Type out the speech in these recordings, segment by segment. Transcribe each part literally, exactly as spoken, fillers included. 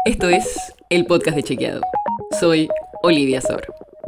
Esto es el podcast de Chequeado. Soy Olivia Sor.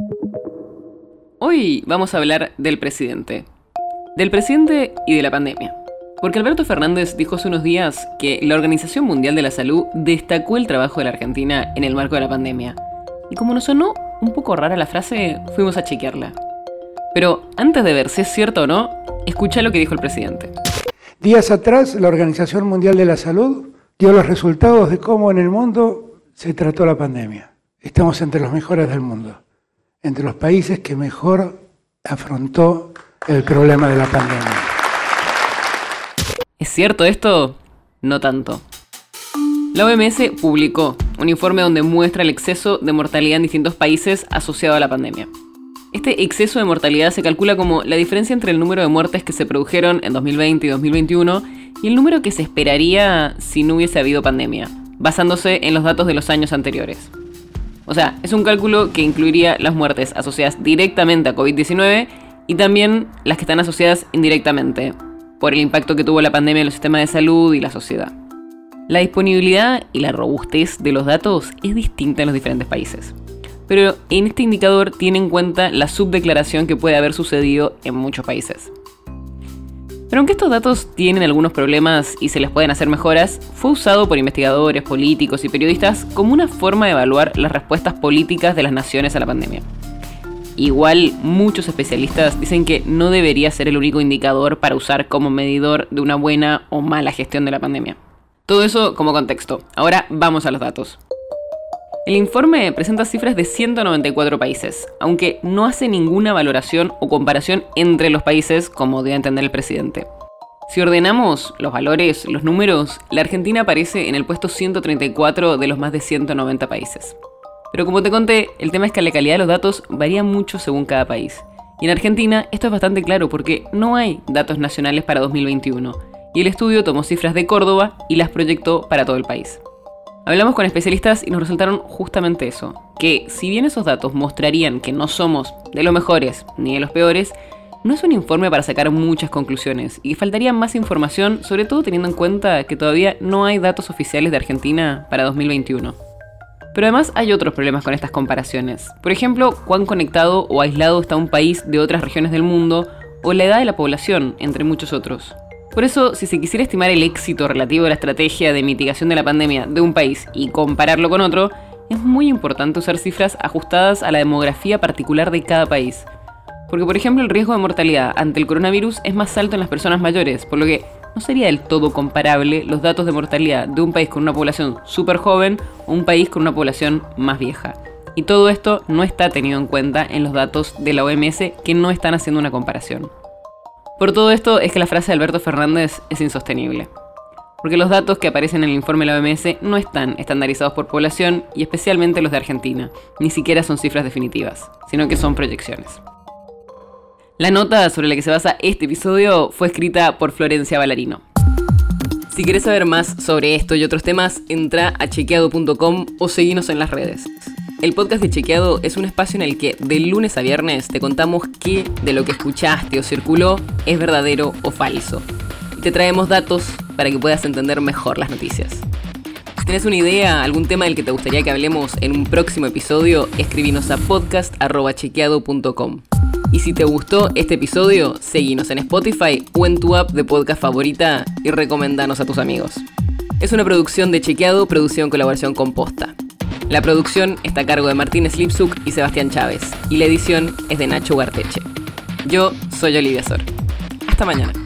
Hoy vamos a hablar del presidente. Del presidente y de la pandemia. Porque Alberto Fernández dijo hace unos días que la Organización Mundial de la Salud destacó el trabajo de la Argentina en el marco de la pandemia. Y como nos sonó un poco rara la frase, fuimos a chequearla. Pero antes de ver si es cierto o no, escucha lo que dijo el presidente. Días atrás, la Organización Mundial de la Salud dio los resultados de cómo en el mundo se trató la pandemia. Estamos entre los mejores del mundo, entre los países que mejor afrontó el problema de la pandemia. ¿Es cierto esto? No tanto. La O M S publicó un informe donde muestra el exceso de mortalidad en distintos países asociado a la pandemia. Este exceso de mortalidad se calcula como la diferencia entre el número de muertes que se produjeron en dos mil veinte y dos mil veintiuno y el número que se esperaría si no hubiese habido pandemia, basándose en los datos de los años anteriores. O sea, es un cálculo que incluiría las muertes asociadas directamente a covid diecinueve y también las que están asociadas indirectamente, por el impacto que tuvo la pandemia en los sistemas de salud y la sociedad. La disponibilidad y la robustez de los datos es distinta en los diferentes países. Pero en este indicador tiene en cuenta la subdeclaración que puede haber sucedido en muchos países. Pero aunque estos datos tienen algunos problemas y se les pueden hacer mejoras, fue usado por investigadores, políticos y periodistas como una forma de evaluar las respuestas políticas de las naciones a la pandemia. Igual, muchos especialistas dicen que no debería ser el único indicador para usar como medidor de una buena o mala gestión de la pandemia. Todo eso como contexto. Ahora vamos a los datos. El informe presenta cifras de ciento noventa y cuatro países, aunque no hace ninguna valoración o comparación entre los países, como debe entender el presidente. Si ordenamos los valores, los números, la Argentina aparece en el puesto ciento treinta y cuatro de los más de ciento noventa países. Pero como te conté, el tema es que la calidad de los datos varía mucho según cada país. Y en Argentina esto es bastante claro porque no hay datos nacionales para dos mil veintiuno, y el estudio tomó cifras de Córdoba y las proyectó para todo el país. Hablamos con especialistas y nos resultaron justamente eso, que si bien esos datos mostrarían que no somos de los mejores ni de los peores, no es un informe para sacar muchas conclusiones y faltaría más información, sobre todo teniendo en cuenta que todavía no hay datos oficiales de Argentina para dos mil veintiuno. Pero además hay otros problemas con estas comparaciones. Por ejemplo, cuán conectado o aislado está un país de otras regiones del mundo o la edad de la población, entre muchos otros. Por eso, si se quisiera estimar el éxito relativo de la estrategia de mitigación de la pandemia de un país y compararlo con otro, es muy importante usar cifras ajustadas a la demografía particular de cada país. Porque, por ejemplo, el riesgo de mortalidad ante el coronavirus es más alto en las personas mayores, por lo que no sería del todo comparable los datos de mortalidad de un país con una población súper joven o un país con una población más vieja. Y todo esto no está tenido en cuenta en los datos de la O M S, que no están haciendo una comparación. Por todo esto es que la frase de Alberto Fernández es insostenible. Porque los datos que aparecen en el informe de la O M S no están estandarizados por población y especialmente los de Argentina. Ni siquiera son cifras definitivas, sino que son proyecciones. La nota sobre la que se basa este episodio fue escrita por Florencia Ballarino. Si querés saber más sobre esto y otros temas, entra a chequeado punto com o seguinos en las redes. El podcast de Chequeado es un espacio en el que de lunes a viernes te contamos qué de lo que escuchaste o circuló es verdadero o falso. Y te traemos datos para que puedas entender mejor las noticias. Si tenés una idea, algún tema del que te gustaría que hablemos en un próximo episodio, escribinos a podcast arroba chequeado punto com. Y si te gustó este episodio, seguinos en Spotify o en tu app de podcast favorita y recomendanos a tus amigos. Es una producción de Chequeado, producción en colaboración con Posta. La producción está a cargo de Martín Slipsuk y Sebastián Chávez, y la edición es de Nacho Garteche. Yo soy Olivia Sor. Hasta mañana.